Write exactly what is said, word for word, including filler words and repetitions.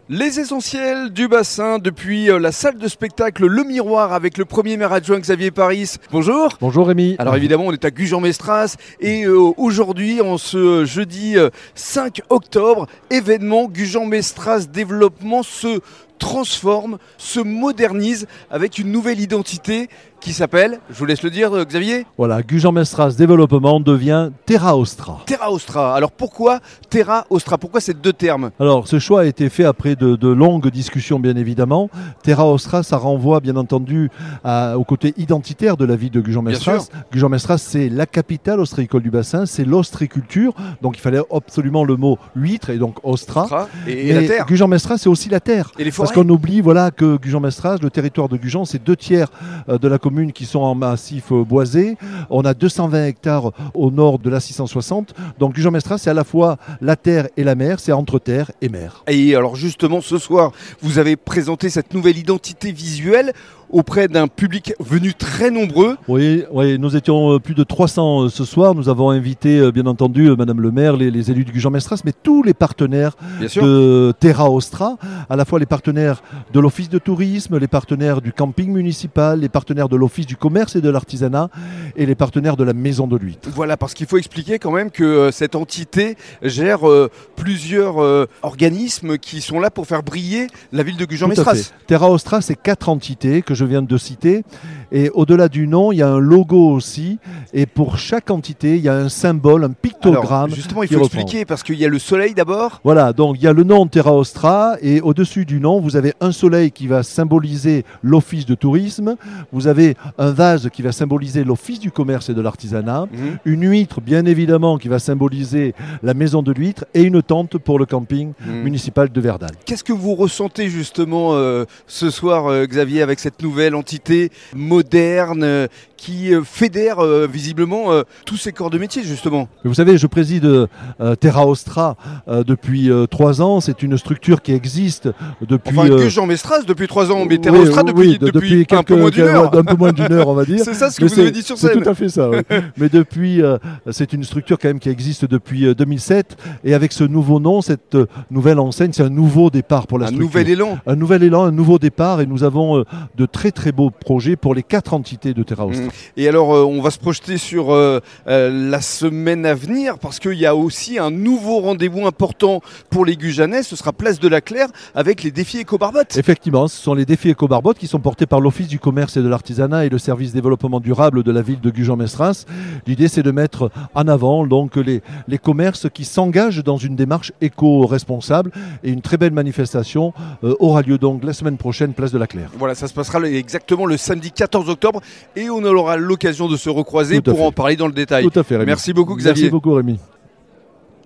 Les essentiels du bassin depuis la salle de spectacle Le Miroir avec le premier maire adjoint Xavier Paris. Bonjour. Bonjour Rémi. Alors évidemment on est à Gujan-Mestras et euh, aujourd'hui en ce jeudi euh, cinq octobre, événement Gujan-Mestras Développement se transforme, se modernise avec une nouvelle identité qui s'appelle, je vous laisse le dire Xavier. Voilà, Gujan-Mestras Développement devient Terra Ostra. Terra Ostra. Alors pourquoi Terra Ostra? Pourquoi ces deux termes? Alors ce choix a été fait après de, de longues discussions bien évidemment. Terra Ostra, ça renvoie bien entendu à, au côté identitaire de la ville de Gujan-Mestras. Gujan-Mestras, c'est la capitale ostréicole du bassin, c'est l'ostréiculture, donc il fallait absolument le mot huître et donc Ostra. Ostra et, et la terre. Gujan-Mestras, c'est aussi la terre. Et les forêts. Parce qu'on oublie voilà, que Gujan-Mestras, le territoire de Gujan, c'est deux tiers de la communes qui sont en massif boisé. On a deux cent vingt hectares au nord de la six cent soixante. Donc Gujan-Mestras, c'est à la fois la terre et la mer, c'est entre terre et mer. Et alors justement, ce soir, vous avez présenté cette nouvelle identité visuelle auprès d'un public venu très nombreux. Oui, oui, nous étions plus de trois cents ce soir. Nous avons invité, bien entendu, Madame le maire, les, les élus de Gujan-Mestras, mais tous les partenaires de Terra Ostra, à la fois les partenaires de l'Office de tourisme, les partenaires du camping municipal, les partenaires de l'Office du commerce et de l'artisanat et les partenaires de la Maison de l'Huître. Voilà, parce qu'il faut expliquer quand même que euh, cette entité gère euh, plusieurs euh, organismes qui sont là pour faire briller la ville de Gujan-Mestras. Terra Ostra, c'est quatre entités que je viens de citer. Et au-delà du nom, il y a un logo aussi. Et pour chaque entité, il y a un symbole, un pictogramme. Alors, justement, il faut expliquer parce qu'il y a le soleil d'abord. Voilà, donc il y a le nom Terra Ostra. Et au-dessus du nom, vous avez un soleil qui va symboliser l'office de tourisme. Vous avez un vase qui va symboliser l'office du commerce et de l'artisanat. Mmh. Une huître, bien évidemment, qui va symboliser la maison de l'huître. Et une tente pour le camping mmh. municipal de Verdal. Qu'est-ce que vous ressentez justement euh, ce soir, euh, Xavier, avec cette nouvelle entité moderne euh, qui euh, fédère euh, visiblement euh, tous ces corps de métier justement? Vous savez, je préside euh, Terra Ostra euh, depuis euh, trois ans. C'est une structure qui existe depuis... Enfin, Gujan-Mestras depuis trois ans, mais Terra oui, Ostra depuis, oui, de, depuis, depuis quelques, un peu moins d'une heure. Un peu moins d'une heure, on va dire. C'est ça ce que mais vous avez dit sur scène. C'est tout à fait ça. Oui. Mais depuis, euh, c'est une structure quand même qui existe depuis euh, deux mille sept. Et avec ce nouveau nom, cette euh, nouvelle enseigne, c'est un nouveau départ pour la un structure. Un nouvel élan. Un nouvel élan, un nouveau départ. Et nous avons euh, de très très beaux projets pour les quatre entités de Terra Ostra. Mmh. Et alors, euh, on va se projeter sur euh, euh, la semaine à venir parce qu'il y a aussi un nouveau rendez-vous important pour les Gujanais. Ce sera Place de la Claire avec les défis éco-barbotes. Effectivement, ce sont les défis éco-barbotes qui sont portés par l'Office du commerce et de l'artisanat et le service développement durable de la ville de Gujan-Mestras. L'idée, c'est de mettre en avant donc, les, les commerces qui s'engagent dans une démarche éco-responsable et une très belle manifestation euh, aura lieu donc la semaine prochaine, Place de la Claire. Voilà, ça se passera exactement le samedi quatorze octobre et on aura l'occasion de se recroiser pour en parler dans le détail. Tout à fait, Rémi. Merci beaucoup Xavier. Merci beaucoup Rémi.